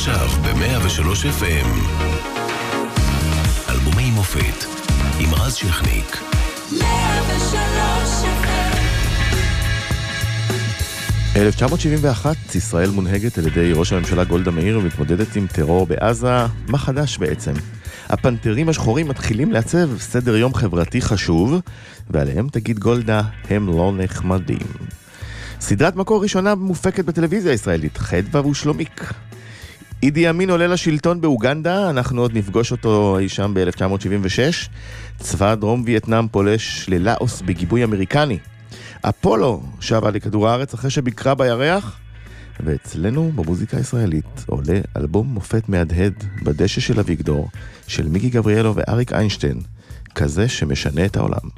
עכשיו ב-103 FM. אלבומי מופת עם רז שכניק. 103 FM. 1971, ישראל מונהגת על ידי ראש הממשלה גולדה מאיר ומתמודדת עם טרור בעזה. מה חדש בעצם? הפנתרים השחורים מתחילים לעצב סדר יום חברתי חשוב, ועליהם תגיד גולדה, הם לא נחמדים. סדרת מקור ראשונה מופקת בטלוויזיה הישראלית, חדווה ושלומיק. אידי אמין עולה לשלטון באוגנדה, אנחנו עוד נפגוש אותו אי שם ב-1976. צבא דרום וייטנאם פולש ללאוס בגיבוי אמריקני. אפולו שבה לכדור הארץ אחרי שביקרה בירח. ואצלנו במוזיקה הישראלית עולה אלבום מופת מהדהד בדשא של אביגדור, של מיקי גבריאלו ואריק איינשטיין, כזה שמשנה את העולם.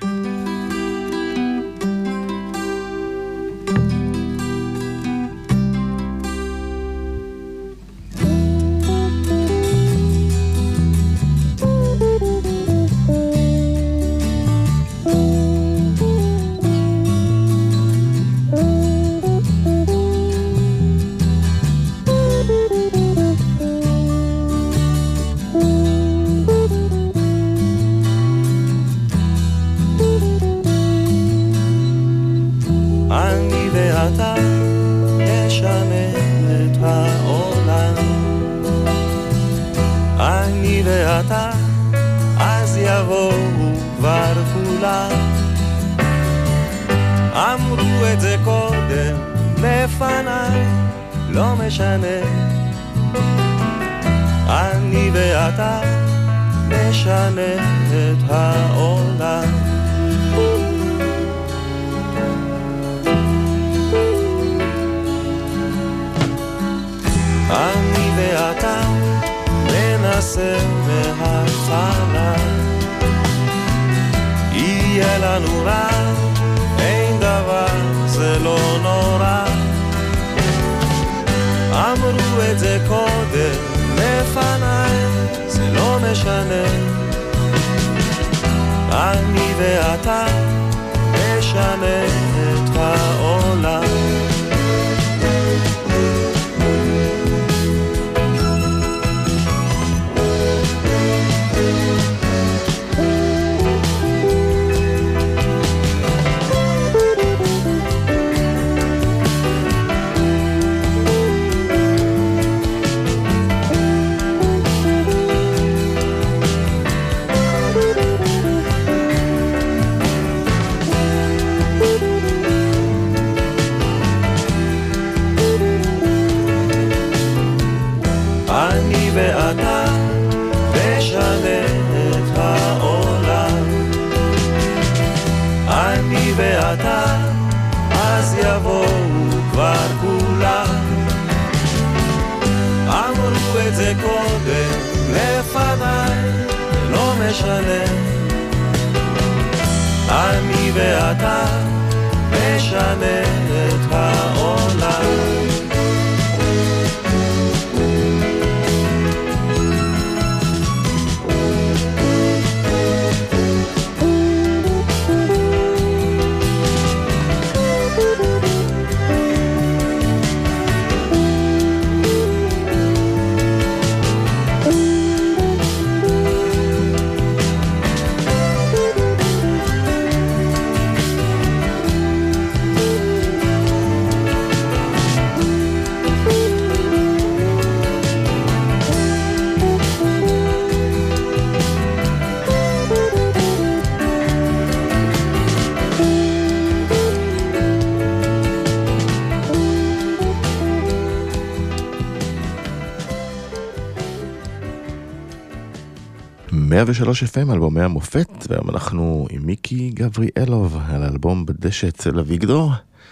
ו3 FM, אלבומי המופת, והיום אנחנו עם מיקי גבריאלוב על האלבום בדשא אצל אביגדור.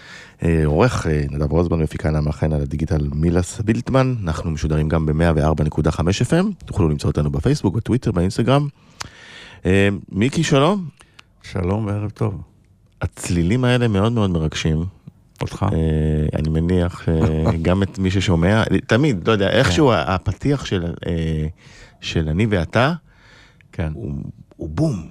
עורך נדב רוזמן, מפיקה נעמה חן, על הדיגיטל מילס בילטמן. אנחנו משודרים גם ב-104.5 FM, תוכלו למצוא אותנו בפייסבוק, בטוויטר, באינסטגרם. מיקי, שלום. שלום וערב טוב. הצלילים האלה מאוד מאוד מרגשים אותך. אני מניח גם את מי ששומע, תמיד, לא יודע, איכשהו הפתיח של אני ואתה, כן. הוא בום.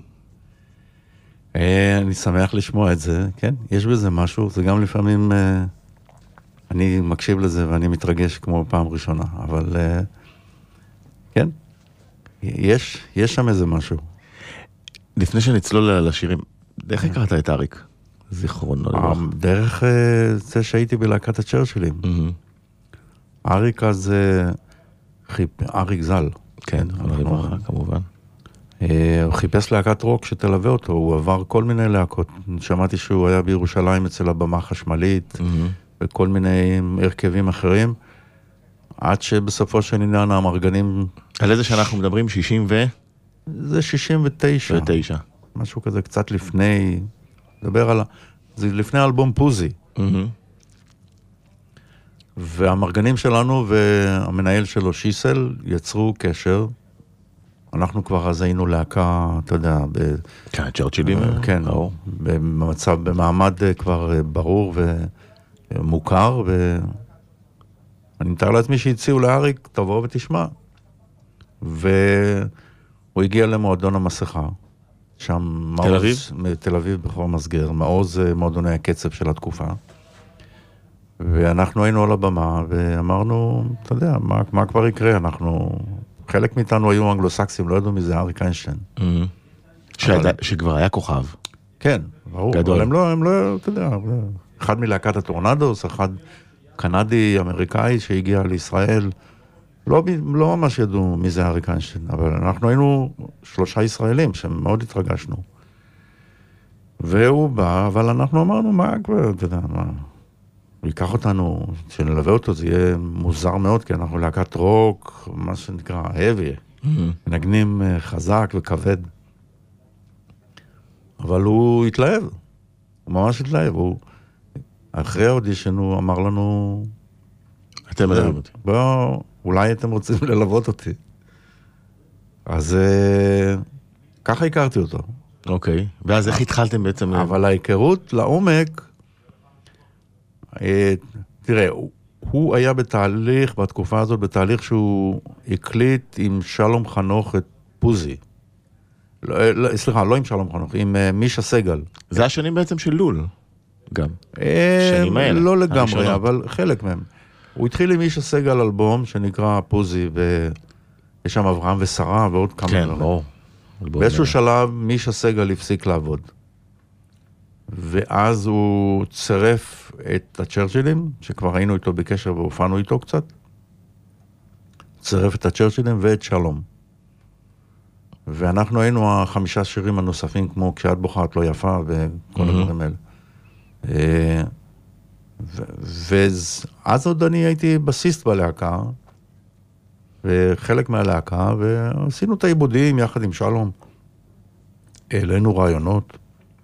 אני שמח לשמוע את זה, כן? יש בזה משהו, זה גם לפעמים אני מקשיב לזה ואני מתרגש כמו פעם ראשונה, אבל כן, יש שם איזה משהו. לפני שנצלול לשירים, איך הכרת את אריק? זיכרונו לברכה. דרך זה שהייתי בלהקת הצ'רצ'ילים. אריק אז, אריק ז"ל. כן, לברכה כמובן. הוא חיפש להקת רוק שתלווה אותו, הוא עבר כל מיני להקות. שמעתי שהוא היה בירושלים אצל הבמה חשמלית, וכל מיני הרכבים אחרים, עד שבסופו של עניין המרגנים... על איזה שאנחנו מדברים? 60 ו... זה 69. 69. משהו כזה קצת לפני... דבר על... זה לפני אלבום פוזי. והמרגנים שלנו והמנהל שלו שיסל יצרו קשר. אנחנו כבר אז היינו להקה, אתה יודע, כן, צ'רצ'ילים. כן, במצב, במעמד כבר ברור ומוכר, ואני מתאר לעצמי שהציעו לאריק, תבוא ותשמע. והוא הגיע למועדון המסכה, שם תל אביב? תל אביב בחור מסגר, מעוז מועדוני הקצב של התקופה. ואנחנו היינו על הבמה, ואמרנו, אתה יודע, מה כבר יקרה? חלק מאיתנו היו אנגלוסקסים, לא ידעו מי זה אריק איינשטיין. שכבר היה כוכב. כן, ברור. גדול. אבל הם לא, אתה יודע, אחד מלהקת הטורנדוס, אחד קנדי, אמריקאי שהגיע לישראל, לא ממש ידעו מי זה אריק איינשטיין, אבל אנחנו היינו 3 ישראלים שמאוד התרגשנו. והוא בא, אבל אנחנו אמרנו, מה כבר, אתה יודע, מה... הוא ייקח אותנו, שנלווה אותו, זה יהיה מוזר מאוד, כי אנחנו להקת רוק, מה שנקרא, heavy, מנגנים חזק וכבד. אבל הוא התלהב, הוא ממש התלהב, אחרי האודישן הוא אמר לנו, אתם מלווים אותי. בואו, אולי אתם רוצים ללוות אותי. אז ככה הכרתי אותו. אוקיי, ואז איך התחלתם בעצם? אבל ההיכרות לעומק, תראה, הוא היה בתהליך, בתקופה הזאת, בתהליך שהוא הקליט עם שלום חנוך את פוזי. סליחה, לא עם שלום חנוך, עם מישה סגל. זה השנים בעצם של לול, גם. שנים האלה. לא לגמרי, אבל חלק מהם. הוא התחיל עם מישה סגל אלבום שנקרא פוזי, ויש שם אברהם ושרה ועוד כמה כן, דברים. ברור. באיזשהו שלב מישה סגל הפסיק לעבוד. ואז הוא צירף את הצ'רצ'ילים, שכבר היינו איתו בקשר והופענו איתו קצת. צירף את הצ'רצ'ילים ואת שלום. ואנחנו היינו 5 שירים הנוספים, כמו כשאת בוחרת לא יפה וכל הדברים האלה. ואז עוד אני הייתי בסיסט בלהקה, וחלק מהלהקה, ועשינו את העיבודים יחד עם שלום. העלינו רעיונות.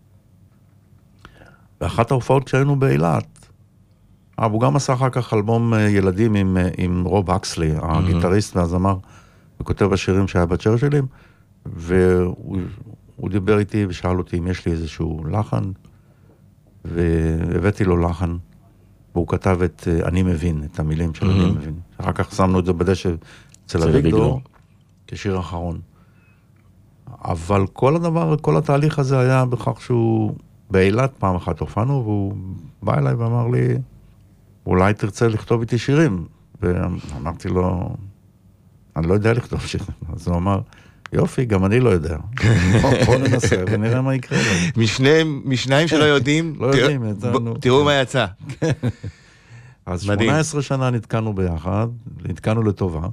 ואחת ההופעות כשהיינו באילת, הוא גם עשה אחר כך אלבום ילדים עם רוב אקסלי, הגיטריסט והזמר, וכותב השירים שהיה בצ'רצ'ילים, והוא דיבר איתי ושאל אותי אם יש לי איזשהו לחן, והבאתי לו לחן, והוא כתב את אני מבין, את המילים של אני מבין. אחר כך שמנו את זה בדשא אצל אביגדור, כשיר אחרון. אבל כל התהליך הזה היה בכך שהוא... באילת פעם אחת הופענו, והוא בא אליי ואמר לי, אולי תרצה לכתוב איתי שירים. ואמרתי לו, אני לא יודע לכתוב שירים. אז הוא אמר, יופי, גם אני לא יודע. בוא ננסה ונראה מה יקרה לנו. משניים שלא יודעים, תראו מה יצא. אז 18 שנה נתקענו ביחד, נתקענו לטובה,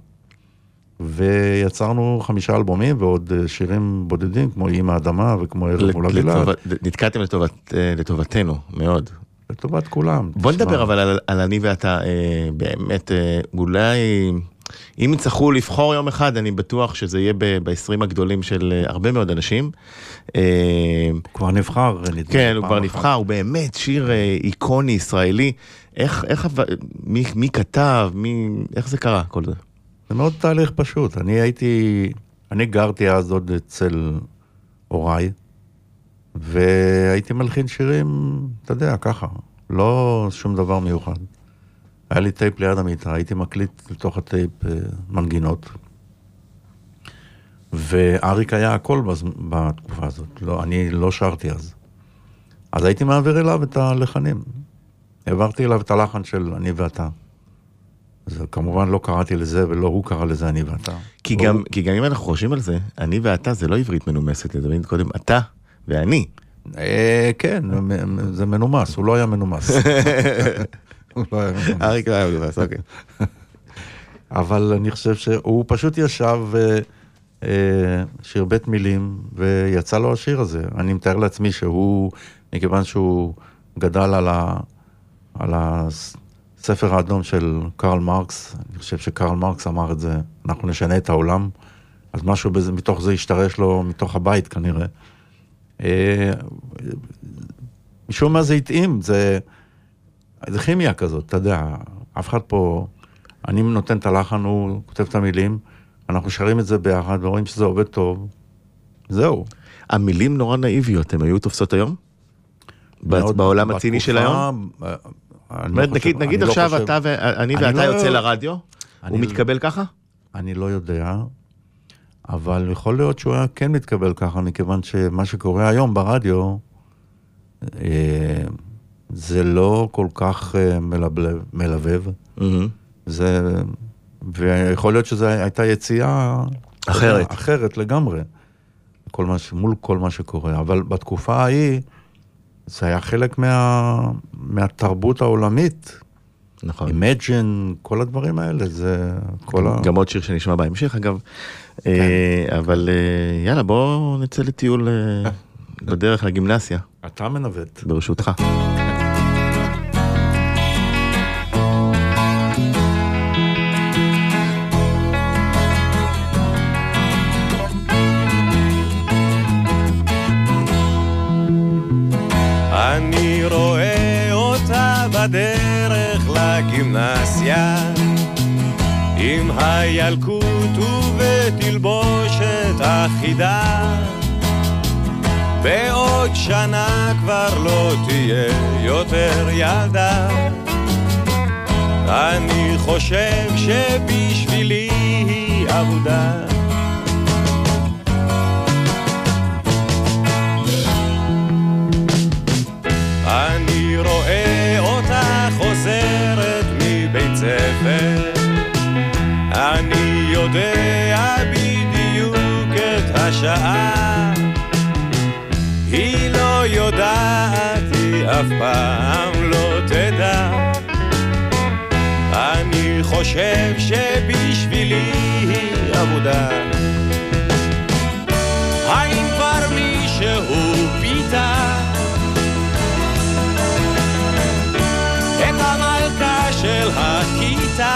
ויצרנו 5 אלבומים ועוד שירים בודדים, כמו עם האדמה וכמו ערב מול הגלעד. נתקעתם לטובתנו, מאוד. לטובת כולם. בוא נדבר אבל על אני ואתה, באמת, אולי, אם יצטרכו לבחור יום אחד, אני בטוח שזה יהיה ב-20 הגדולים של הרבה מאוד אנשים. כבר נבחר. כן, הוא כבר נבחר, הוא באמת שיר איקוני ישראלי. מי כתב, איך זה קרה, כל זה? זה מאוד תהליך פשוט. אני גרתי אז עוד אצל הוריי, והייתי מלחין שירים, אתה יודע, ככה. לא שום דבר מיוחד. היה לי טייפ ליד המיטה, הייתי מקליט לתוך הטייפ מנגינות. ואריק היה הכל בתקופה הזאת. אני לא שרתי אז. אז הייתי מעביר אליו את הלחנים. העברתי אליו את הלחן של אני ואתה. אז כמובן לא קראתי לזה, ולא הוא קרא לזה אני ואתה. כי גם אם אנחנו חושבים על זה, אני ואתה זה לא עברית מנומסת, זה דברים קודם אתה ואני. כן, זה מנומס, הוא לא היה מנומס. אריק לא היה מנומס, אוקיי. אבל אני חושב שהוא פשוט ישב שרבט מילים, ויצא לו השיר הזה. אני מתאר לעצמי שהוא, מכיוון שהוא גדל על הספר האדום של קרל מרקס, אני חושב שקרל מרקס אמר את זה, אנחנו נשנה את העולם, אז משהו מתוך זה ישתרש לו מתוך הבית כנראה. משום מה זה התאים, זה כימיה כזאת, אתה יודע, אף אחד פה, אני נותן את הלחן, הוא כותב את המילים, אנחנו שרים את זה ביחד, ורואים שזה עובד טוב, זהו. המילים נורא נאיביות, הן היו תופסות היום? בעולם הציני של היום? נגיד עכשיו אני ואתה יוצא לרדיו, הוא מתקבל ככה? אני לא יודע, אבל יכול להיות שהוא היה כן מתקבל ככה, מכיוון שמה שקורה היום ברדיו, זה לא כל כך מלבב, ויכול להיות שזו הייתה יציאה אחרת לגמרי, מול כל מה שקורה, אבל בתקופה ההיא, זה היה חלק מהתרבות העולמית. נכון. Imagine, כל הדברים האלה, זה גם עוד שיר שנשמע בהמשך, אגב. אבל יאללה, בואו נצא לטיול בדרך לגימנסיה. אתה מנווט. ברשותך. אני רואה אותה בדרך לגימנסיה עם הילקוט ובתלבושת אחידה בעוד שנה כבר לא תהיה יותר ילדה אני חושב שבשבילי היא עבודה אני רואה אותה חוזרת מבית ספר אני יודע בדיוק את השעה היא לא יודעת, היא אף פעם לא תדע אני חושב שבשבילי היא עבודה האם כבר מישהו פיתה את המלכה של הכיתה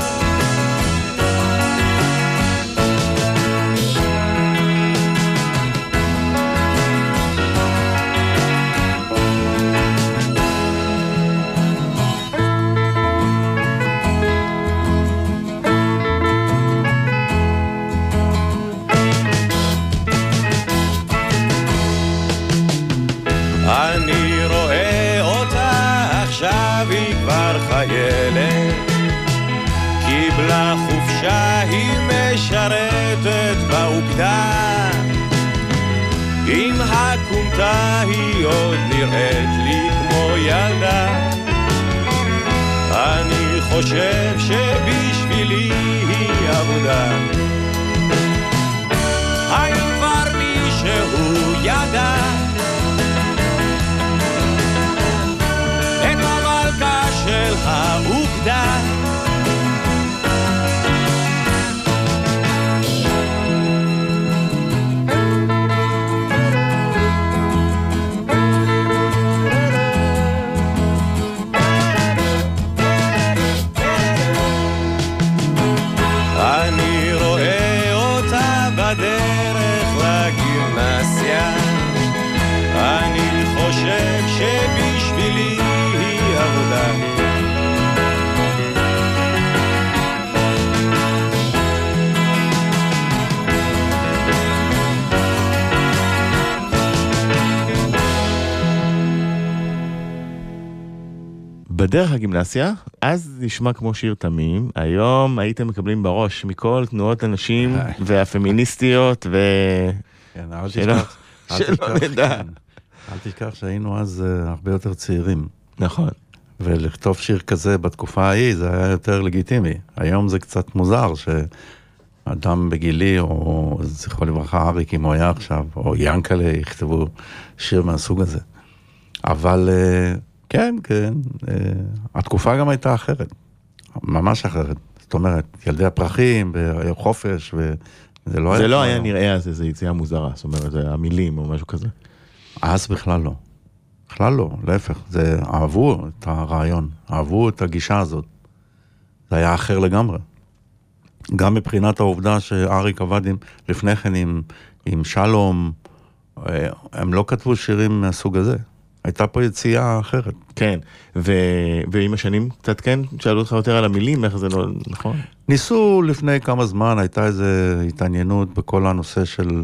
אני רואה אותה עכשיו היא כבר חיילת קיבלה חופשה היא משרתת באוגדה עם הקומתה היא עוד נראית לי כמו ילדה אני חושב שבשבילי היא עבודה האם כבר מישהו ידע של האוגדה אני רואה אותה בדרך לגימנסיה אני חושב שבשבילי היא עבודה בדרך הגימנסיה, אז נשמע כמו שיר תמים, היום הייתם מקבלים בראש מכל תנועות הנשים והפמיניסטיות שלא נדע. אל תשכח שהיינו אז הרבה יותר צעירים. נכון. ולכתוב שיר כזה בתקופה ההיא, זה היה יותר לגיטימי. היום זה קצת מוזר שאדם בגילי, או זכרו לברכה אריק, אם הוא היה עכשיו, או ינקלה, יכתבו שיר מהסוג הזה. אבל כן, התקופה גם הייתה אחרת. ממש אחרת. זאת אומרת, ילדי הפרחים, בחופש, וזה לא היה... זה לא היה נראה אז איזו יציאה מוזרה, זאת אומרת, זה המילים או משהו כזה. אז בכלל לא. בכלל לא, להפך. אהבו את הרעיון, אהבו את הגישה הזאת. זה היה אחר לגמרי. גם מבחינת העובדה שאריק עבד לפני כן עם שלום, הם לא כתבו שירים מהסוג הזה. הייתה פה יציאה אחרת. כן, ועם השנים קצת כן, שאלו אותך יותר על המילים, איך זה לא נכון? ניסו לפני כמה זמן, הייתה איזו התעניינות בכל הנושא של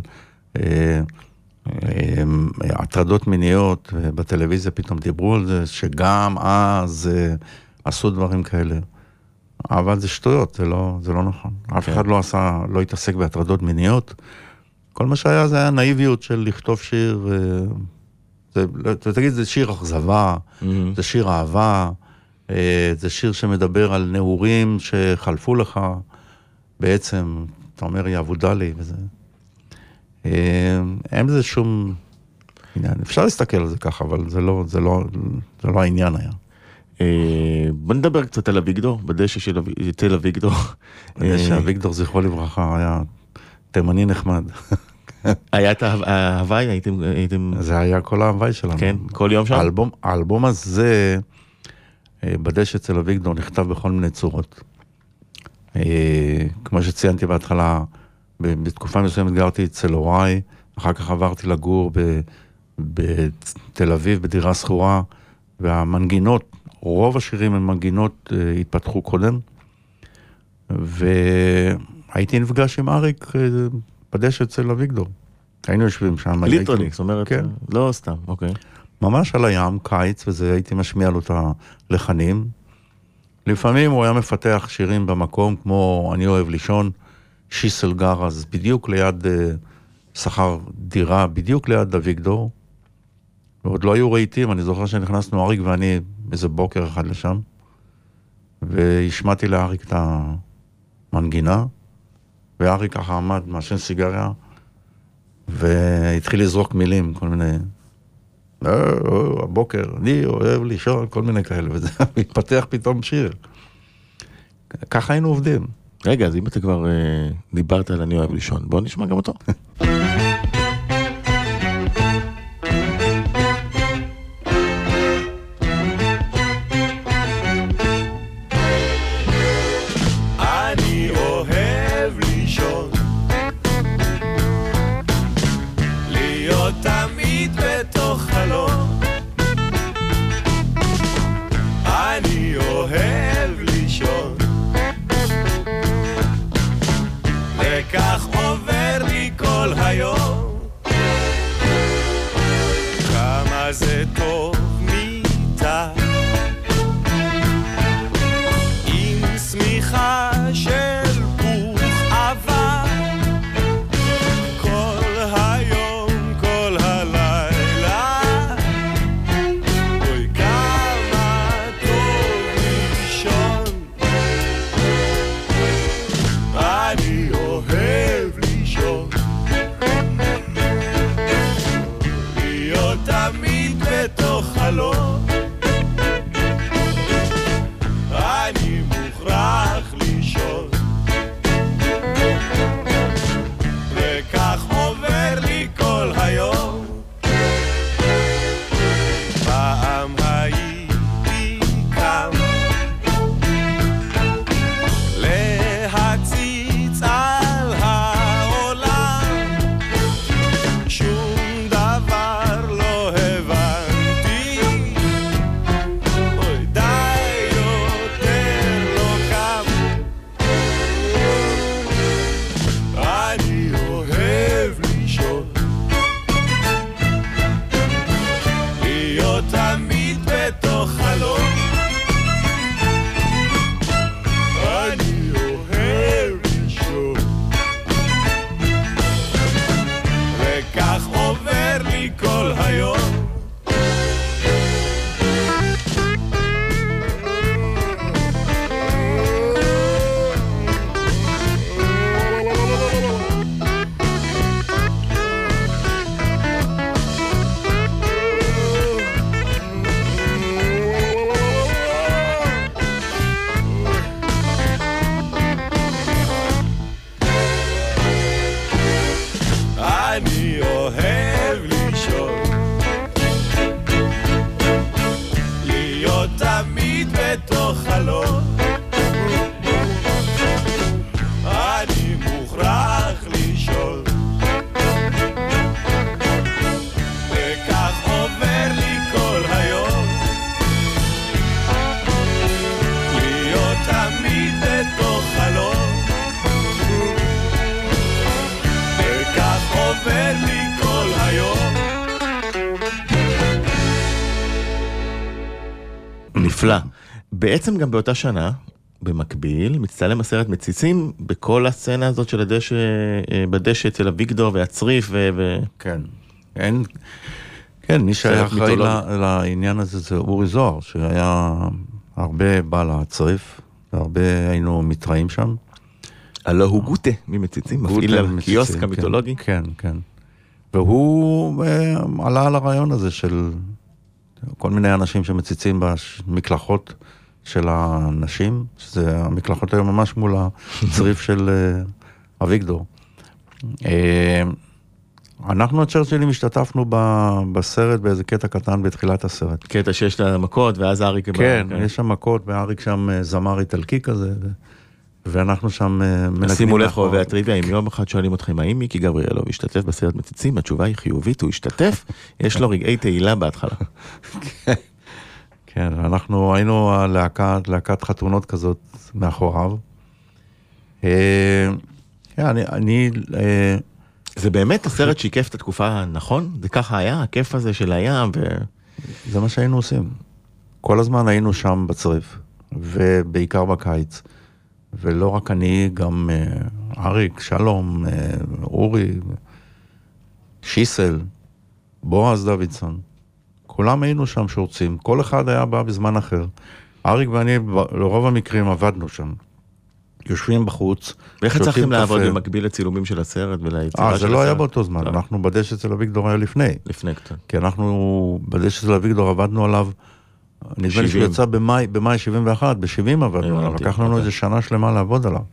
הטרדות מיניות, בטלוויזיה פתאום דיברו על זה, שגם אז עשו דברים כאלה. אבל זה שטויות, זה לא נכון. אף אחד לא התעסק בהטרדות מיניות. כל מה שהיה זה היה נאיביות של לכתוב שיר... תגיד, זה שיר אכזבה, זה שיר אהבה, זה שיר שמדבר על נעורים שחלפו לך, בעצם, אתה אומר, יעבודה לי, וזה. אין זה שום עניין, אפשר להסתכל על זה ככה, אבל זה לא העניין היה. בוא נדבר קצת על אביגדור, בדשא של תל אביגדור. בדשא אביגדור, זכרו לברכה, היה תימני נחמד. היה את ההוואי, הייתם... זה היה כל ההוואי שלנו. כן, כל יום שם? האלבום הזה, בדשא אצל אביגדור, נכתב בכל מיני צורות. כמו שציינתי בהתחלה, בתקופה מסוימת גרתי אצל הוריי, אחר כך עברתי לגור בתל אביב, בדירה שכורה, והמנגינות, רוב השירים הם מנגינות, התפתחו קודם, והייתי נפגש עם אריק בדשא אצל אביגדור. היינו יושבים שם. ליטרניק, זאת אומרת, כן. לא סתם, אוקיי. ממש על הים, קיץ, וזה הייתי משמיע לו את הלחנים. לפעמים הוא היה מפתח שירים במקום, כמו אני אוהב לישון, שיסל גרז, בדיוק ליד שכר דירה, בדיוק ליד אביגדור. ועוד לא היו רהיטים, אני זוכר שנכנסנו אריק ואני איזה בוקר אחד לשם, והשמעתי לאריק את המנגינה, ואריק ככה עמד מעשן סיגריה, והתחיל לזרוק מילים, כל מיני, הבוקר, אני אוהב לישון, כל מיני כאלה, וזה מתפתח פתאום שיר. ככה היינו עובדים. רגע, אז אם אתה כבר דיברת על אני אוהב לישון, בוא נשמע גם אותו. כך עובר לי כל היום, כמה זה טוב מיטה עם שמיכה של פוך עבר, כל היום, כל הלילה, אוי כמה טוב לישון, אני אוהב לישון, להיות תמיד בתוך נפלא. בעצם גם באותה שנה, במקביל, מצטלם הסרט מציצים בכל הסצנה הזאת של הדשא, בדשא אצל אביגדור והצריף כן, כן, מי שהיה אחראי לעניין הזה זה אורי זוהר, שהיה הרבה בעל הצריף, והרבה היינו מתראים שם. הלא הוא גוטה ממציצים, מפעיל הקיוסק המיתולוגי. כן, כן. והוא עלה על הרעיון הזה של כל מיני אנשים שמציצים במקלחות של הנשים, שזה המקלחות היום ממש מול הצריף של אביגדור. אנחנו הצ'רצ'ילים השתתפנו בסרט באיזה קטע קטן בתחילת הסרט. קטע שיש לה מכות ואז אריק... כן, יש שם מכות ואריק שם זמר איטלקי כזה, ואנחנו שם מנגנים... שימו לך והטריוויה, אם יום אחד שואלים אתכם, האם מיקי גבריאלוב השתתף בסרט מציצים? התשובה היא חיובית, הוא השתתף, יש לו רגעי תהילה בהתחלה. כן, אנחנו היינו להקת חתונות כזאת מאחוריו. זה באמת הסרט שיקף את התקופה, נכון? זה ככה היה, הכיף הזה של הים זה מה שהיינו עושים. כל הזמן היינו שם בצריף, ובעיקר בקיץ. ולא רק אני, גם אריק, שלום, אורי, שיסל, בועז דוידסון. כולם היינו שם שורצים, כל אחד היה בא בזמן אחר. אריק ואני, לרוב המקרים עבדנו שם. יושבים בחוץ. ואיך הצלחתם לעבוד במקביל לצילומים של הסרט וליצירה של הסרט? זה לא היה באותו זמן, אנחנו בדשא אצל אביגדור היה לפני. לפני קצת. כי אנחנו בדשא אצל אביגדור עבדנו עליו, נדמה לי שהוא יצא במאי 71, ב-70 עבדנו עליו, לקח לנו איזה שנה שלמה לעבוד עליו.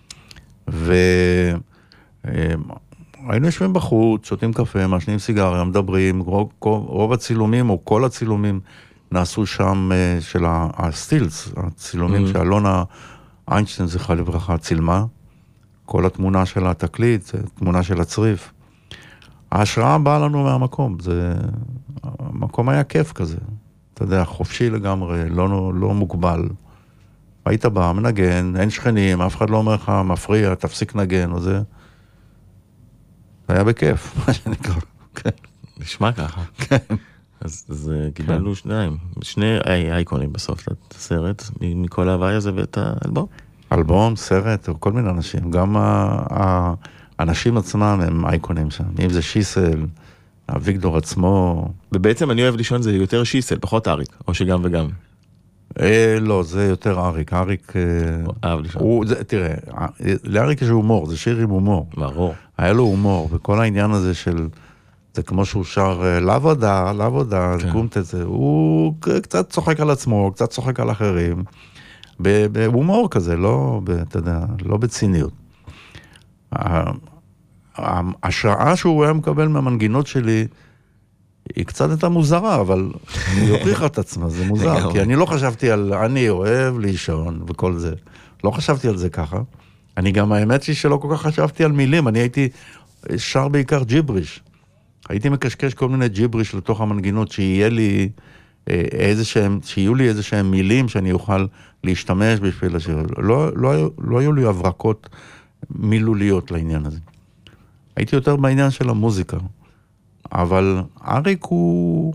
היינו יושבים בחוץ, שותים קפה, מעשנים סיגריה, מדברים, רוב הצילומים או כל הצילומים נעשו שם של הסטילס, הצילומים שאלונה איינשטיין זכרה לברכה צילמה, כל התמונה של התקליט, תמונה של הצריף. ההשראה באה לנו מהמקום, המקום היה כיף כזה, אתה יודע, חופשי לגמרי, לא מוגבל. היית בא, מנגן, אין שכנים, אף אחד לא אומר לך, מפריע, תפסיק נגן, או זה. זה היה בכיף, מה שנקרא. נשמע ככה. אז קיבלנו שני אייקונים בסוף הסרט, מכל ההוואי הזה ואת האלבום. אלבום, סרט, כל מיני אנשים. גם האנשים עצמם הם אייקונים שם. אם זה שיסל, אביגדור עצמו. ובעצם אני אוהב לישון זה יותר שיסל, פחות אריק, או שגם וגם. לא, זה יותר אריק. אריק... אהב לישון. תראה, לאריק יש הומור, זה שיר עם הומור. ברור. היה לו הומור, וכל העניין הזה של... זה כמו שהוא שר לעבודה, קומטזה, הוא קצת צוחק על עצמו, קצת צוחק על אחרים, בהומור כזה, אתה יודע, לא בציניות. ההשראה שהוא היה מקבל מהמנגינות שלי, היא קצת הייתה מוזרה, אבל היא הוכיחה את עצמה, זה מוזר, כי אני לא חשבתי על, אני אוהב לישון וכל זה, לא חשבתי על זה ככה. אני גם, האמת היא שלא כל כך חשבתי על מילים, אני הייתי שר בעיקר ג'יבריש. הייתי מקשקש כל מיני ג'יבריש לתוך המנגינות, שיהיו לי איזה שהם מילים שאני אוכל להשתמש בשביל השיר. לא היו לי הברקות מילוליות לעניין הזה. הייתי יותר בעניין של המוזיקה. אבל אריק הוא...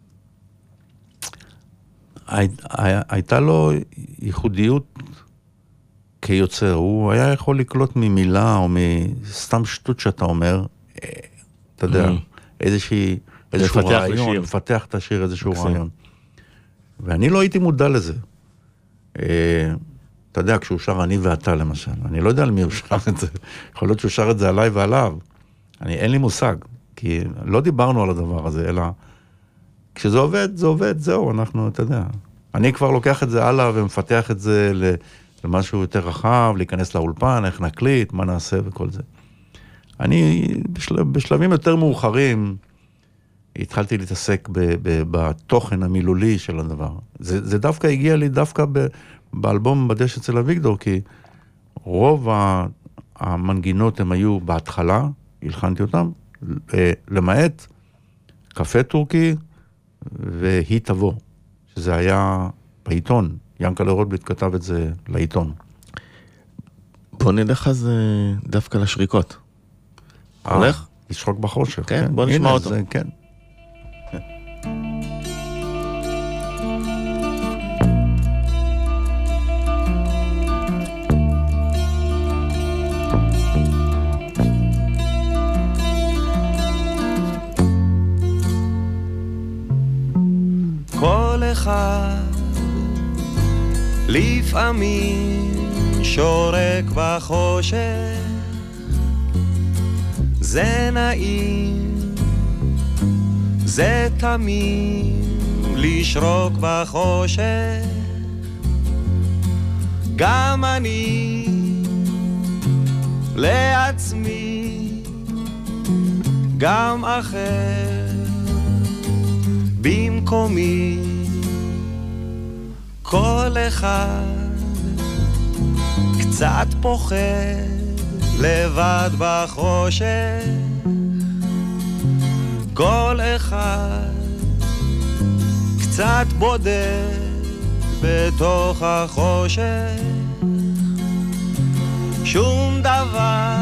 הייתה לו ייחודיות כיוצר. הוא היה יכול לקלוט ממילה או מסתם שטות שאתה אומר, אתה יודע, איזשהו רעיון, לפתח את השיר, איזשהו רעיון. ואני לא הייתי מודע לזה. אתה יודע, כשהוא שר אני ואתה למשל, אני לא יודע על מי הוא שר את זה. יכול להיות שהוא שר את זה עליי ועליו. אין לי מושג, כי לא דיברנו על הדבר הזה, אלא כשזה עובד, זה עובד, זהו, אנחנו, אתה יודע. אני כבר לוקח את זה הלאה ומפתח את זה למשהו יותר רחב, להיכנס לאולפן, איך נקליט, מה נעשה וכל זה. אני בשלבים יותר מאוחרים התחלתי להתעסק בתוכן המילולי של הדבר. זה דווקא הגיע לי דווקא באלבום בדשא אצל אביגדור, כי רוב המנגינות הם היו בהתחלה, הלחנתי אותם, למעט קפה טורקי והיא תבוא, שזה היה בעיתון. ינקלה רוטבליט כתב את זה לעיתון. בוא נלך אז דווקא לשריקות. הולך? לשחוק בחושך. כן, בוא נשמע אותו. כן. אחד לפעמים שורק בחושך, זה נעים, זה תמיד לשרוק בחושך. גם אני לעצמי, גם אחר במקומי, כל אחד קצת פוחד לבד בחושך, כל אחד קצת בודד בתוך החושך. שום דבר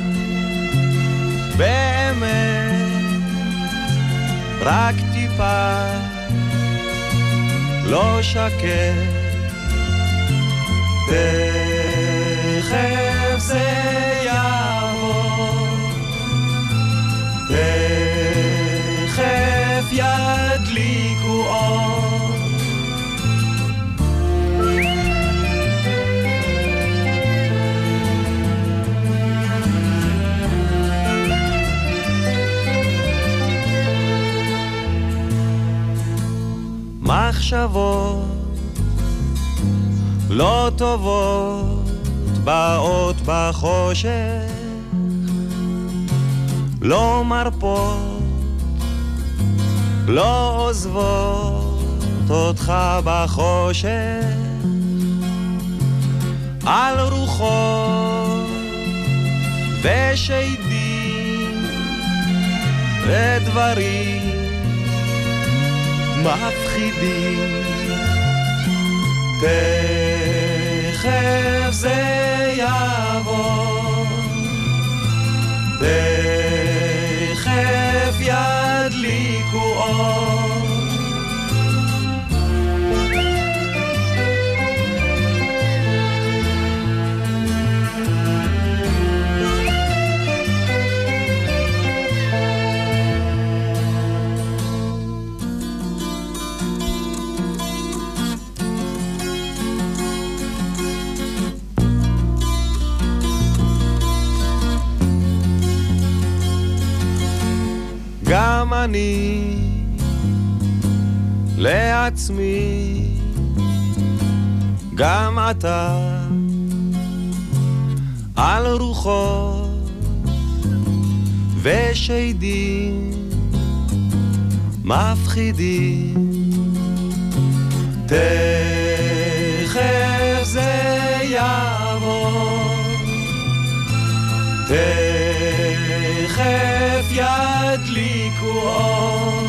באמת, רק טיפה לא שקט, תכף זה יעבור, תכף ידליקו אור. מחשבות לא טובות באות בחושך, לא מרפות, לא עוזבות אותך בחושך. על רוחות ושדים ודברים מפחידים, תכף זה יעבור, תכף ידליקו אור. גם אני לעצמי, גם אתה, על רוחות ושדים מפחידים, תכף זה יעבור, תכף ידליקו אור.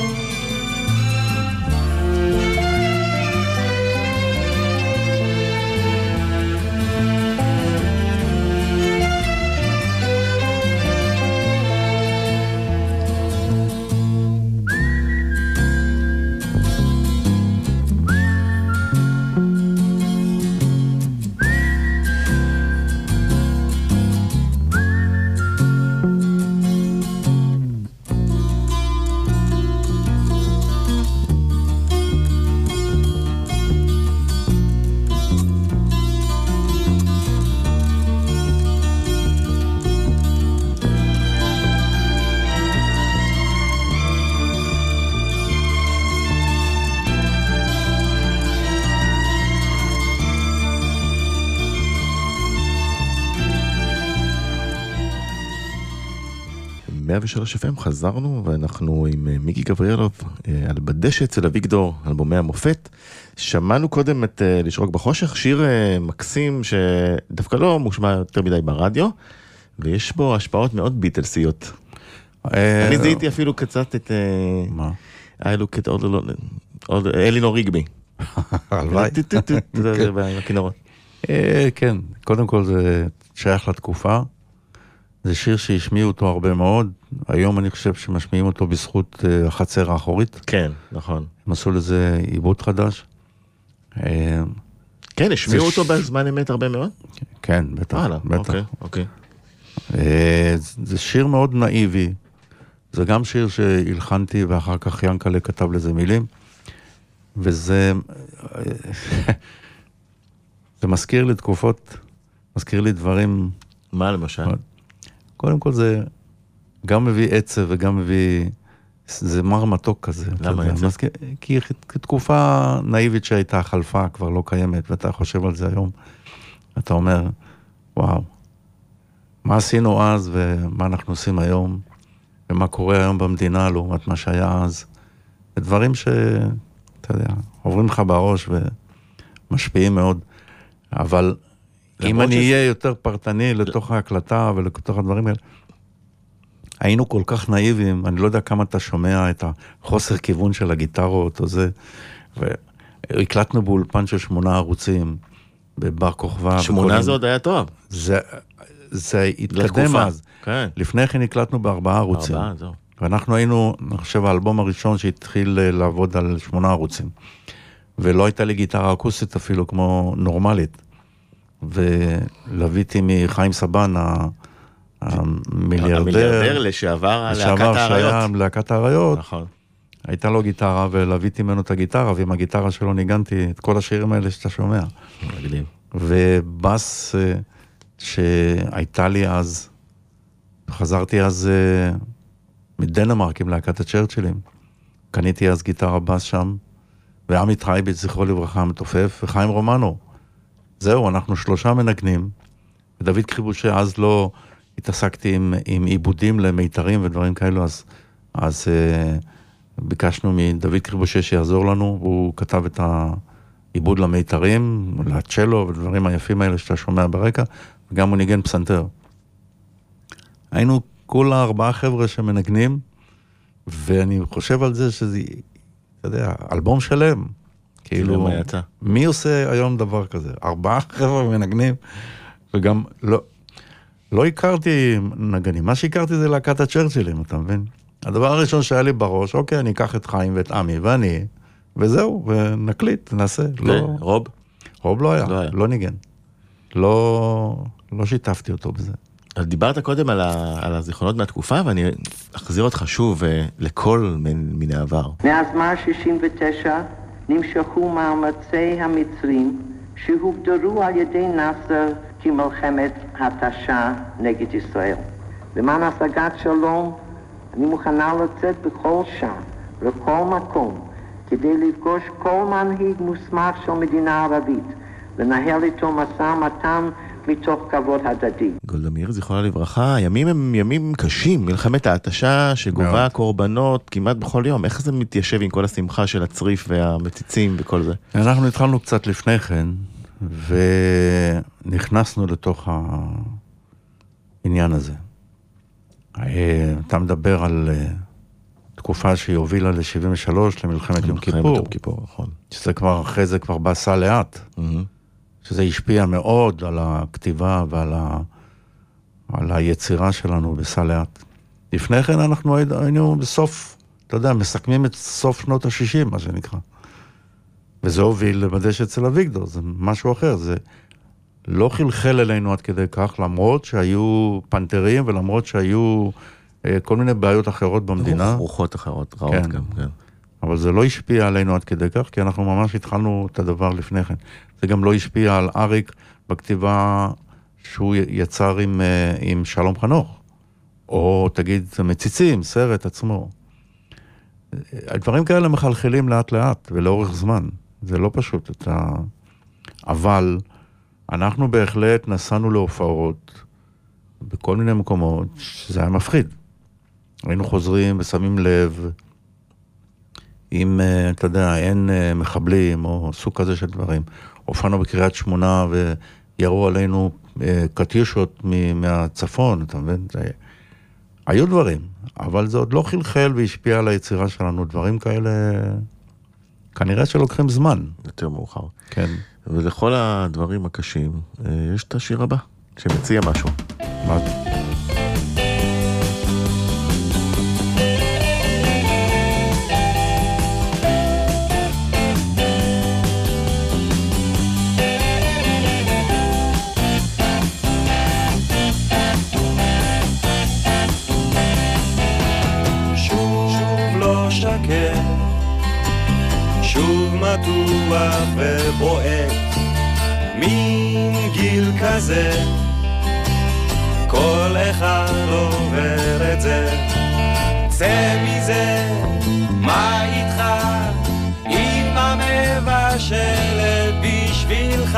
ב-103 FM חזרנו, ואנחנו עם מיקי גבריאלוב על בדשא אצל אביגדור, אלבומי המופת. שמענו קודם את לשרוק בחושך, שיר מקסים שדווקא לא מושמע יותר מדי ברדיו, ויש בו השפעות מאוד ביטלסיות. אני זיהיתי אפילו קצת את איילוק, את אלינור ריגבי. הלוואי. הכינורות. כן, קודם כל זה שייך לתקופה. זה שיר שהשמיעו אותו הרבה מאוד. היום אני חושב שמשמיעים אותו בזכות החצר האחורית. כן, נכון. הם עשו לזה עיבוד חדש. כן, השמיעו אותו בזמן אמת הרבה מאוד? כן, בטח. אוקיי. זה שיר מאוד נאיבי. זה גם שיר שהלחנתי ואחר כך ינקלה כתב לזה מילים. וזה... זה מזכיר לי תקופות, מזכיר לי דברים... מה למשל? קודם כל זה גם מביא עצב וגם מביא... זה מר מתוק כזה. למה עצב? כי תקופה נאיבית שהייתה חלפה, כבר לא קיימת, ואתה חושב על זה היום. אתה אומר, וואו, מה עשינו אז ומה אנחנו עושים היום, ומה קורה היום במדינה לעומת מה שהיה אז. זה דברים אתה יודע, עוברים לך בראש ומשפיעים מאוד. אבל אם אני אהיה יותר פרטני לתוך ההקלטה ולתוך הדברים האלה, היינו כל כך נאיבים, אני לא יודע כמה אתה שומע את החוסר כיוון של הגיטרות או זה, והקלטנו באולפן של 8 ערוצים, בבר כוכבא. 8 זה עוד היה טוב. זה התקדם אז. כן. לפני כן הקלטנו ב4 ערוצים. 4, זהו. ואנחנו היינו, אני חושב, האלבום הראשון שהתחיל לעבוד על 8 ערוצים. ולא הייתה לי גיטרה אקוסטית אפילו כמו נורמלית. ולוויתי מחיים סבן, המיליארדר לשעבר שהיה להקת האריות. נכון. הייתה לו גיטרה, ולוויתי ממנו את הגיטרה, ועם הגיטרה שלו ניגנתי את כל השירים האלה שאתה שומע. מגניב. ובאס שהייתה לי אז, חזרתי אז מדנמרק עם להקת הצ'רצ'ילים. קניתי אז גיטרה באס שם, ועמית חייביץ, זכרו לברכה, מתופף, וחיים רומנו. זהו, אנחנו 3 מנגנים, ודוד קריבושה, אז לא התעסקתי עם עיבודים למיתרים ודברים כאלו, אז ביקשנו מדוד קריבושה שיעזור לנו, הוא כתב את העיבוד למיתרים, לצ'לו ודברים היפים האלה שאתה שומע ברקע, וגם הוא ניגן פסנתר. היינו כולה 4 חבר'ה שמנגנים, ואני חושב על זה שזה, אתה יודע, אלבום שלם. כאילו, מי עושה היום דבר כזה? 4 חבר'ה מנגנים, וגם לא הכרתי נגנים. מה שהכרתי זה להקת הצ'רצ'ילים, אתה מבין? הדבר הראשון שהיה לי בראש, אוקיי, אני אקח את חיים ואת עמי ואני, וזהו, ונקליט, נעשה. רוב? רוב לא היה, לא ניגן. לא שיתפתי אותו בזה. אז דיברת קודם על הזיכרונות מהתקופה, ואני אחזיר אותך שוב לכל מיני עבר. מאז מרס 69 נמשכו מאמצי המצרים שהוגדרו על ידי נאסר כמלחמת התשה נגד ישראל. למען השגת שלום אני מוכנה לצאת בכל שעה ובכל מקום כדי לפגוש כל מנהיג מוסמך של מדינה ערבית, לנהל איתו משא ומתן מתוך כבוד הדדי. גולדה מאיר, זיכרונה לברכה, הימים הם ימים קשים, מלחמת ההתשה שגובה קורבנות כמעט בכל יום. איך זה מתיישב עם כל השמחה של הצריף והמציצים וכל זה? אנחנו התחלנו קצת לפני כן, ונכנסנו לתוך העניין הזה. אתה מדבר על תקופה שהיא הובילה ל-73, למלחמת יום כיפור. נכון. שזה כבר, אחרי זה כבר בסה לאט. שזה השפיע מאוד על הכתיבה ועל היצירה שלנו בסה לאט. לפני כן אנחנו היינו בסוף, אתה יודע, מסכמים את סוף שנות ה-60, מה שנקרא. וזה הוביל לבדש אצל אביגדור, זה משהו אחר, זה לא חלחל אלינו עד כדי כך, למרות שהיו פנתרים ולמרות שהיו כל מיני בעיות אחרות במדינה. רוחות אחרות, רעות כן. גם, כן. אבל זה לא השפיע עלינו עד כדי כך, כי אנחנו ממש התחלנו את הדבר לפני כן. זה גם לא השפיע על אריק בכתיבה שהוא יצר עם שלום חנוך, או תגיד מציצים, סרט עצמו. הדברים כאלה מחלחלים לאט לאט ולאורך זמן. זה לא פשוט. אבל אנחנו בהחלט נסענו להופעות בכל מיני מקומות שזה היה מפחיד. היינו חוזרים ושמים לב אם, אתה יודע, אין מחבלים או סוג כזה של דברים. הופענו בקריית שמונה ויראו עלינו קטיושות מהצפון, אתה מבין? היו דברים, אבל זה עוד לא חלחל והשפיע על היצירה שלנו. דברים כאלה כנראה שלוקחים זמן. יותר מאוחר. כן. ולכל הדברים הקשים, יש את השיר הבא, שמציע משהו. מה? שוב מתוח ובועט, מין גיל כזה, כל אחד עובר את זה. צא מזה, מה איתך? אמא מבשלת בשבילך,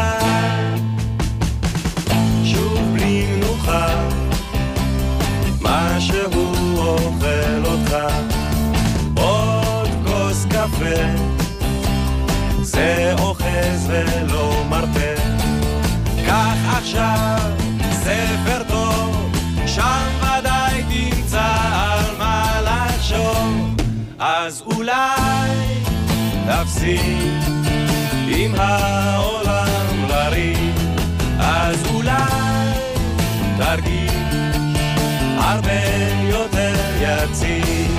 שוב בלי מנוחה, משהו אוכל אותך, עוד כוס קפה, זה אוחז ולא מרפא. קח עכשיו ספר טוב, שם ודאי תמצא על מה לחשוב. אז אולי תפסיק עם העולם לריב, אז אולי תרגיש הרבה יותר יציב.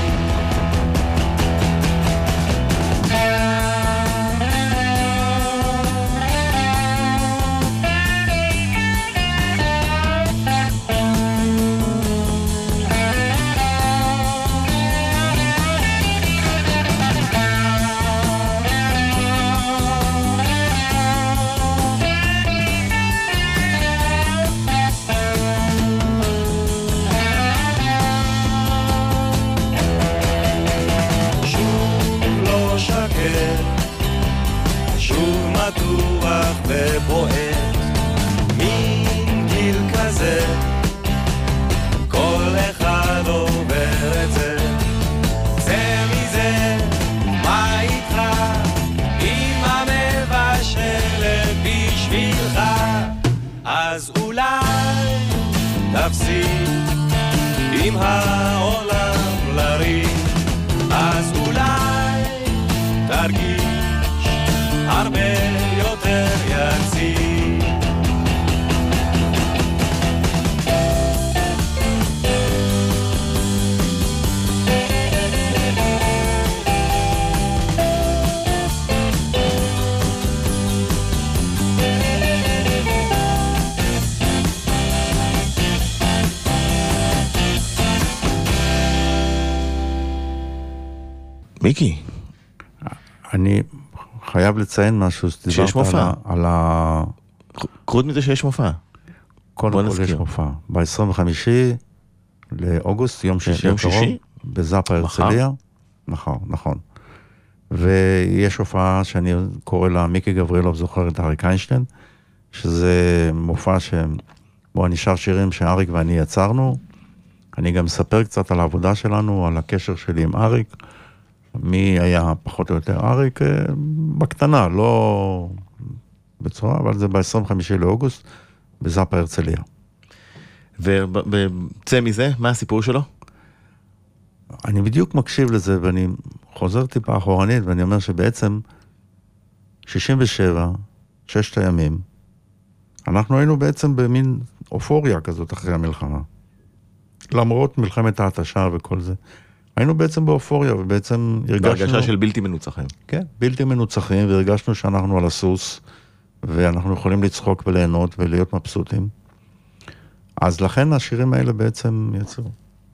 שוב מתוח ובועט, מין גיל כזה, כל אחד עובר את זה. צא מזה, מה איתך? אמא מבשלת בשבילך, אז אולי תפסיק עם העולם לריב, אז אולי תרגיש הרבה יותר יציב. מיקי, אני חייב לציין משהו, שיש מופע. על קרות מזה שיש מופע. קודם כל יש מופע. ב-25 לאוגוסט, יום שישי הקרוב, בזאפה הרצליה. נכון. ויש הופעה שאני קורא לה מיקי גבריאלוב זוכר את אריק איינשטיין, שזה מופע שבו אני שר שירים שאריק ואני יצרנו. אני גם מספר קצת על העבודה שלנו, על הקשר שלי עם אריק. מי היה פחות או יותר אריק בקטנה, לא בצורה, אבל זה ב-25 לאוגוסט, בזאפה הרצליה. וצא מזה, מה הסיפור שלו? אני בדיוק מקשיב לזה, ואני חוזר טיפה אחורנית, ואני אומר שבעצם 67, 6 הימים, אנחנו היינו בעצם במין אופוריה כזאת אחרי המלחמה. למרות מלחמת ההתשה וכל זה. היינו בעצם באופוריה, ובעצם הרגשנו... בהרגשה של בלתי מנוצחים. כן, בלתי מנוצחים, והרגשנו שאנחנו על הסוס, ואנחנו יכולים לצחוק וליהנות ולהיות מבסוטים. אז לכן השירים האלה בעצם יצאו.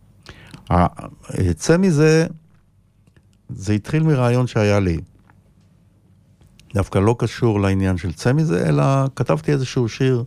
צא מזה, זה התחיל מרעיון שהיה לי. דווקא לא קשור לעניין של צא מזה, אלא כתבתי איזשהו שיר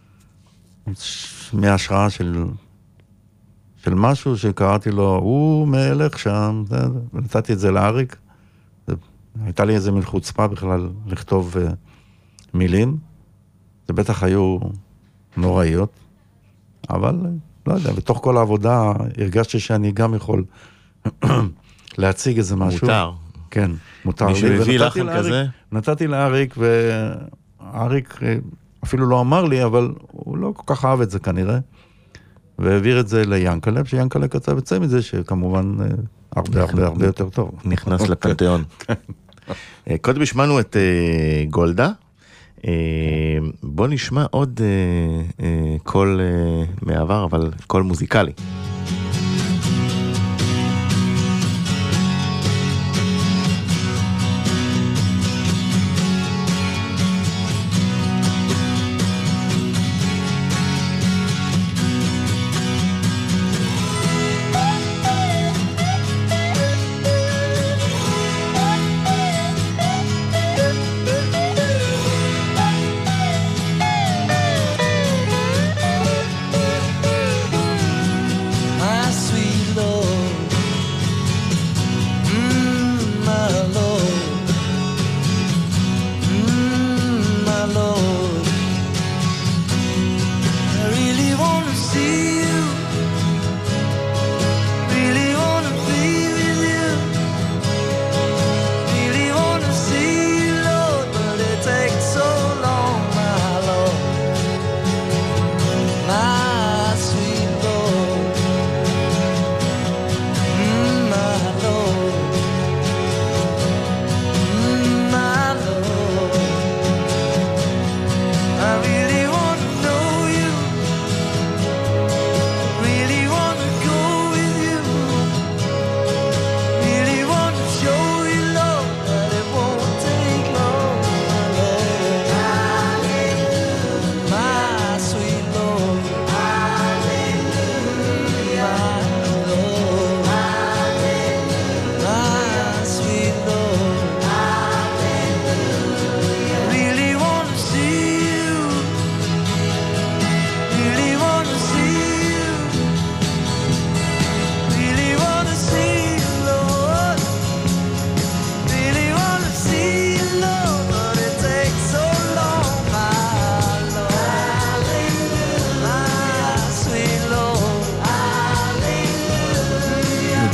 מההשראה של משהו שקראתי לו, הוא מלך שם, ונתתי את זה לאריק. הייתה לי איזה מין חוצפה בכלל לכתוב מילים. זה בטח היו נוראיות, אבל לא יודע, בתוך כל העבודה הרגשתי שאני גם יכול להציג איזה משהו. מותר. כן, מותר. מי שהביא לחן כזה? נתתי לאריק, ואריק אפילו לא אמר לי, אבל הוא לא כל כך אהב את זה כנראה. והעביר את זה ליאנקלב, שיאנקלב כתב את זה מזה, שכמובן הרבה יותר טוב. נכנס לפנתיאון. קודם השמענו את גולדה, בוא נשמע עוד קול מעבר, אבל קול מוזיקלי.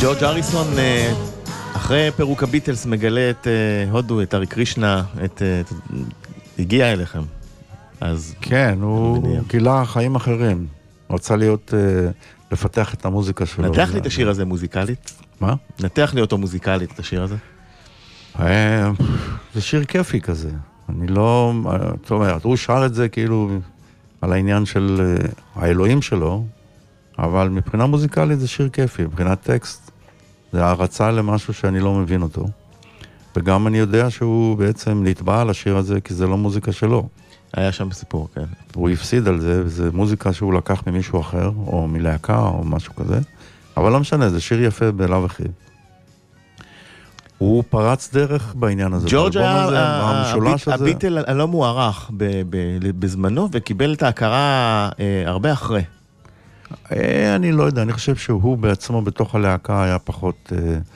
ג'ורג' אריסון, אחרי פירוק הביטלס, מגלה את הודו, את ארי קרישנה, הגיע אליכם. אז כן, הוא גילה חיים אחרים. רצה לפתח את המוזיקה שלו. נתח לי את השיר הזה מוזיקלית. מה? נתח לי אותו מוזיקלית, את השיר הזה. זה שיר כיפי כזה. אני לא... זאת אומרת, הוא שר את זה כאילו על העניין של האלוהים שלו, אבל מבחינה מוזיקלית זה שיר כיפי, מבחינת טקסט. זה הרצה למשהו שאני לא מבין אותו. וגם אני יודע שהוא בעצם נתבע על השיר הזה, כי זה לא מוזיקה שלו. היה שם סיפור, כן. הוא הפסיד על זה, וזה מוזיקה שהוא לקח ממישהו אחר, או מלהקה, או משהו כזה. אבל לא משנה, זה שיר יפה בלב אחי. הוא פרץ דרך בעניין הזה. ג'ורג' היה הביטל הלא מוערך בזמנו, וקיבל את ההכרה הרבה אחרי. אני לא יודע, אני חושב שהוא בעצמו בתוך הלהקה היה פחות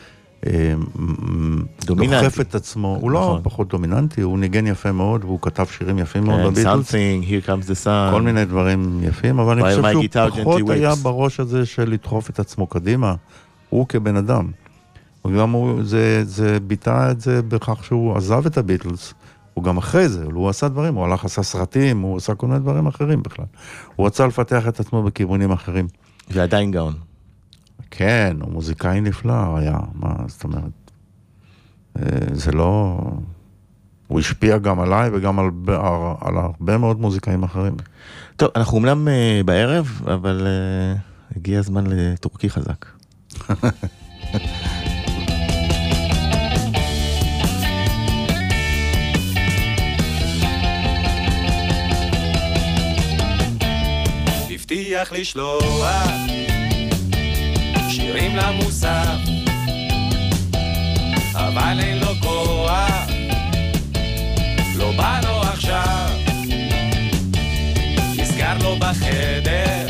דוחף את עצמו. הוא לא פחות דומיננטי, הוא ניגן יפה מאוד, והוא כתב שירים יפים מאוד בביטלס. Something, Here Comes the Sun. כל מיני דברים יפים, אבל אני חושב שהוא פחות היה בראש הזה של לדחוף את עצמו קדימה. הוא כבן אדם. וגם זה ביטא את זה בכך שהוא עזב את הביטלס. הוא גם אחרי זה, הוא עשה דברים, הוא הלך, עשה סרטים, הוא עשה כל מיני דברים אחרים בכלל. הוא רצה לפתח את עצמו בכיוונים אחרים. ועדיין גאון. כן, הוא מוזיקאי נפלא היה, מה זאת אומרת? זה לא... הוא השפיע גם עליי וגם על הרבה מאוד מוזיקאים אחרים. טוב, אנחנו אומנם בערב, אבל הגיע הזמן לטורקי חזק. הבטיח לשלוח שירים למוסף, אבל אין לו כוח, לא בא לו עכשיו. נסגר לו בחדר,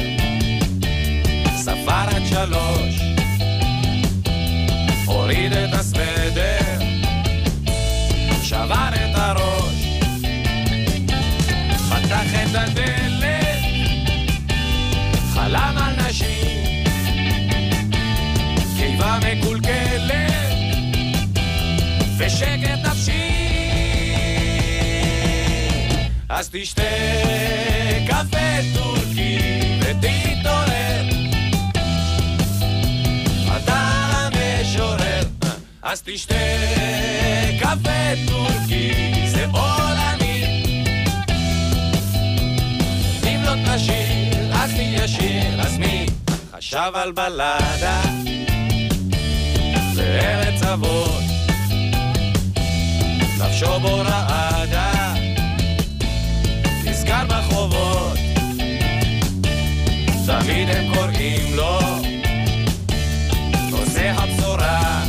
ספר עד 3, הוריד את הסוודר, שבר את הראש, פתח את הדלת, חלם על נשים, קיבה מקולקלת ושקט נפשי. אז תשתה קפה טורקי ותתעורר, אתה המשורר. אז תשתה קפה טורקי, זה עולמי. אם לא תשיר אז מי ישיר, אז מי חשב על בלדה בארץ אבות, נפשו בו רעדה, נזכר בחובות, תמיד הם קוראים לו נושא הבשורה,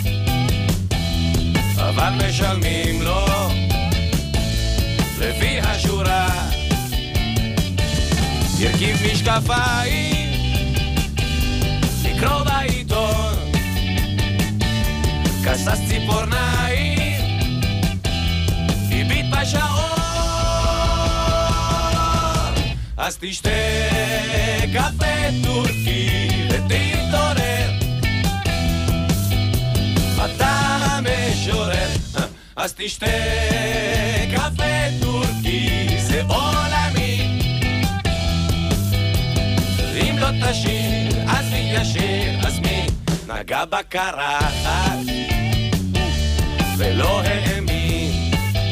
אבל משלמים לו לפי השורה. ירכיב משקפיים, לקרוא בעיתון, כסס ציפורניים, הביט בשעון. אז תשתה קפה טורקי ותתעורר, אתה המשורר. אז תשתה קפה טורקי, זה עולמי. אם לא תשיר אז מי ישיר, אז מי נגע בקרחת ולא האמין,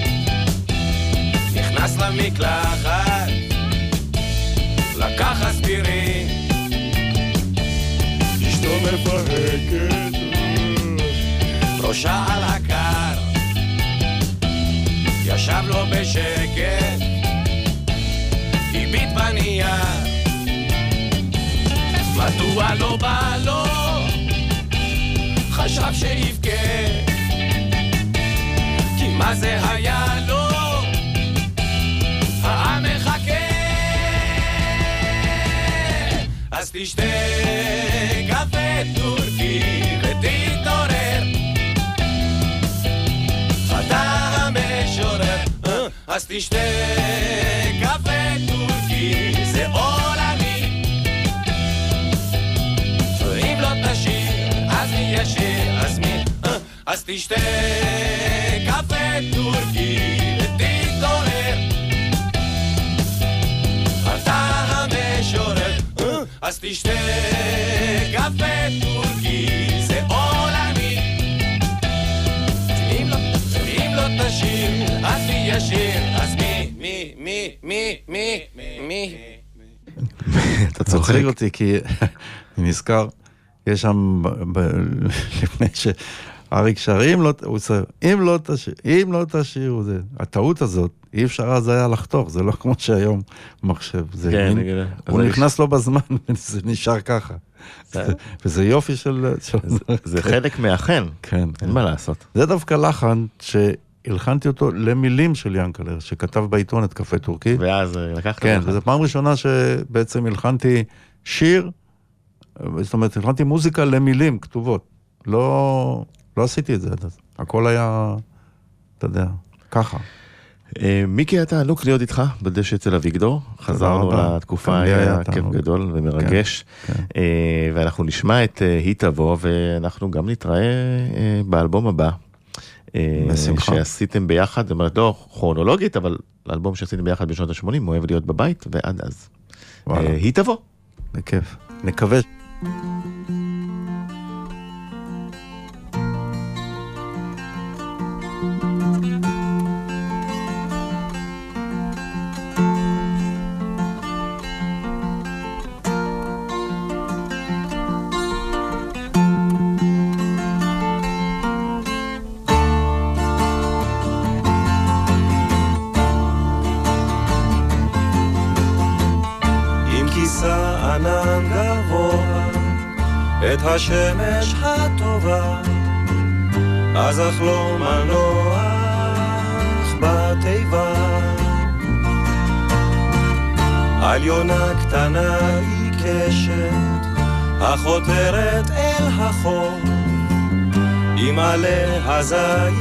נכנס למקלחת, לקח אספירין, אשתו מפרקת, ראשה על הקר, ישב לו בשקט, הביט בנייר, מדוע לא בא לו, חשב שיבכה, כי מה זה היה לו, העם מחכה. אז תשתה קפה טורקי ותתעורר, אתה המשורר. אז תשתה קפה טורקי, זה עולמי. אם לא תשיר אז מי ישיר, אז מי? אז תשתה קפה טורקי ותתעורר. אתה המשורר, אז תשתה קפה טורקי, זה עולמי. אם לא תשיר, אז מי ישיר, אז מי? אתה צוחק. מצחיק אותי כי אני נזכר, יש שם לפני שאריק שר, אם לא תשאירו זה, הטעות הזאת, אי אפשר אז היה לחתוך, זה לא כמו שהיום מחשב, הוא נכנס לו בזמן, וזה נשאר ככה. וזה יופי של... זה חלק מהחן, כן. אין מה לעשות. זה דווקא לחן שהלחנתי אותו למילים של ינקלר, שכתב בעיתון את קפה טורקי. ואז לקחת... כן, וזו פעם ראשונה שבעצם הלחנתי שיר, זאת אומרת, הלחנתי מוזיקה למילים כתובות. לא עשיתי את זה עד אז. הכל היה, אתה יודע, ככה. מיקי, היה תענוג להיות איתך בדשא אצל אביגדור. חזרנו לתקופה, היה כיף גדול ומרגש. ואנחנו נשמע את היא תבוא, ואנחנו גם נתראה באלבום הבא. בשמחה. שעשיתם ביחד, זאת אומרת, לא כרונולוגית, אבל האלבום שעשיתם ביחד בשנות ה-80, אוהב להיות בבית, ועד אז. היא תבוא. בכיף. נקווה. את השמש הטובה, אז אחלום על נוח בתיבה. על יונה קטנה עיקשת, החותרת אל החור, עם עלי הזית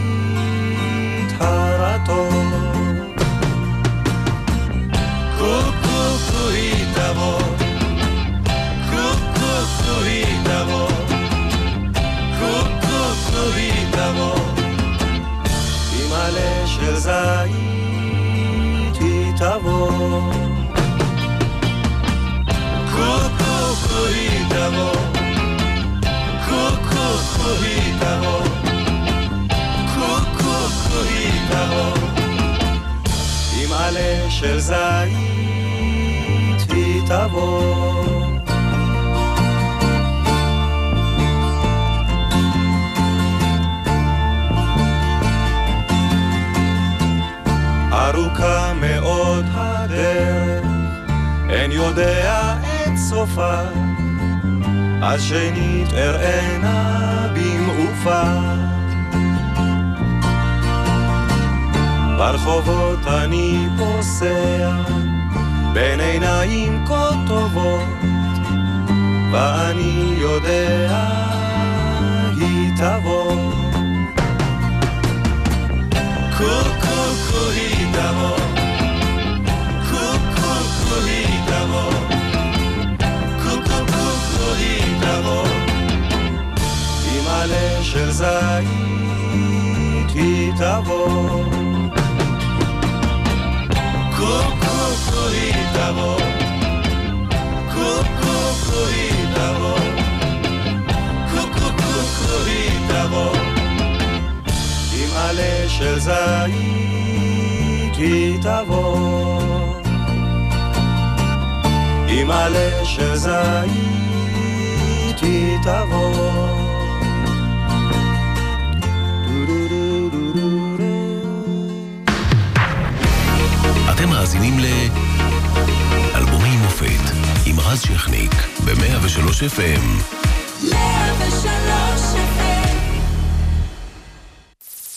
הרטוב. קוקו היא תבוא, היא תבוא, קוקו היא תבוא, עם עלה של זית היא תבוא. קוקו היא תבוא, קוקו היא תבוא, קוקו היא תבוא, עם עלה של זית היא תבוא. ארוכה מאוד הדרך, אין יודע את סופה, אז שנית אראנה במעופה. ברחובות אני פוסע, בין עיניים כה טובות, ואני יודע היא תבוא. קוקו היא תבוא, קוקו היא תבוא, קוקו היא תבוא, עם עלה של זית היא תבוא. קוקו היא תבוא, קוקו היא תבוא, קוקו היא תבוא, עם עלה של זית היא תבוא, עם עלה של זית היא תבוא. אתם מאזינים לאלבומי מופת עם רז שכניק ב-103 FM. 103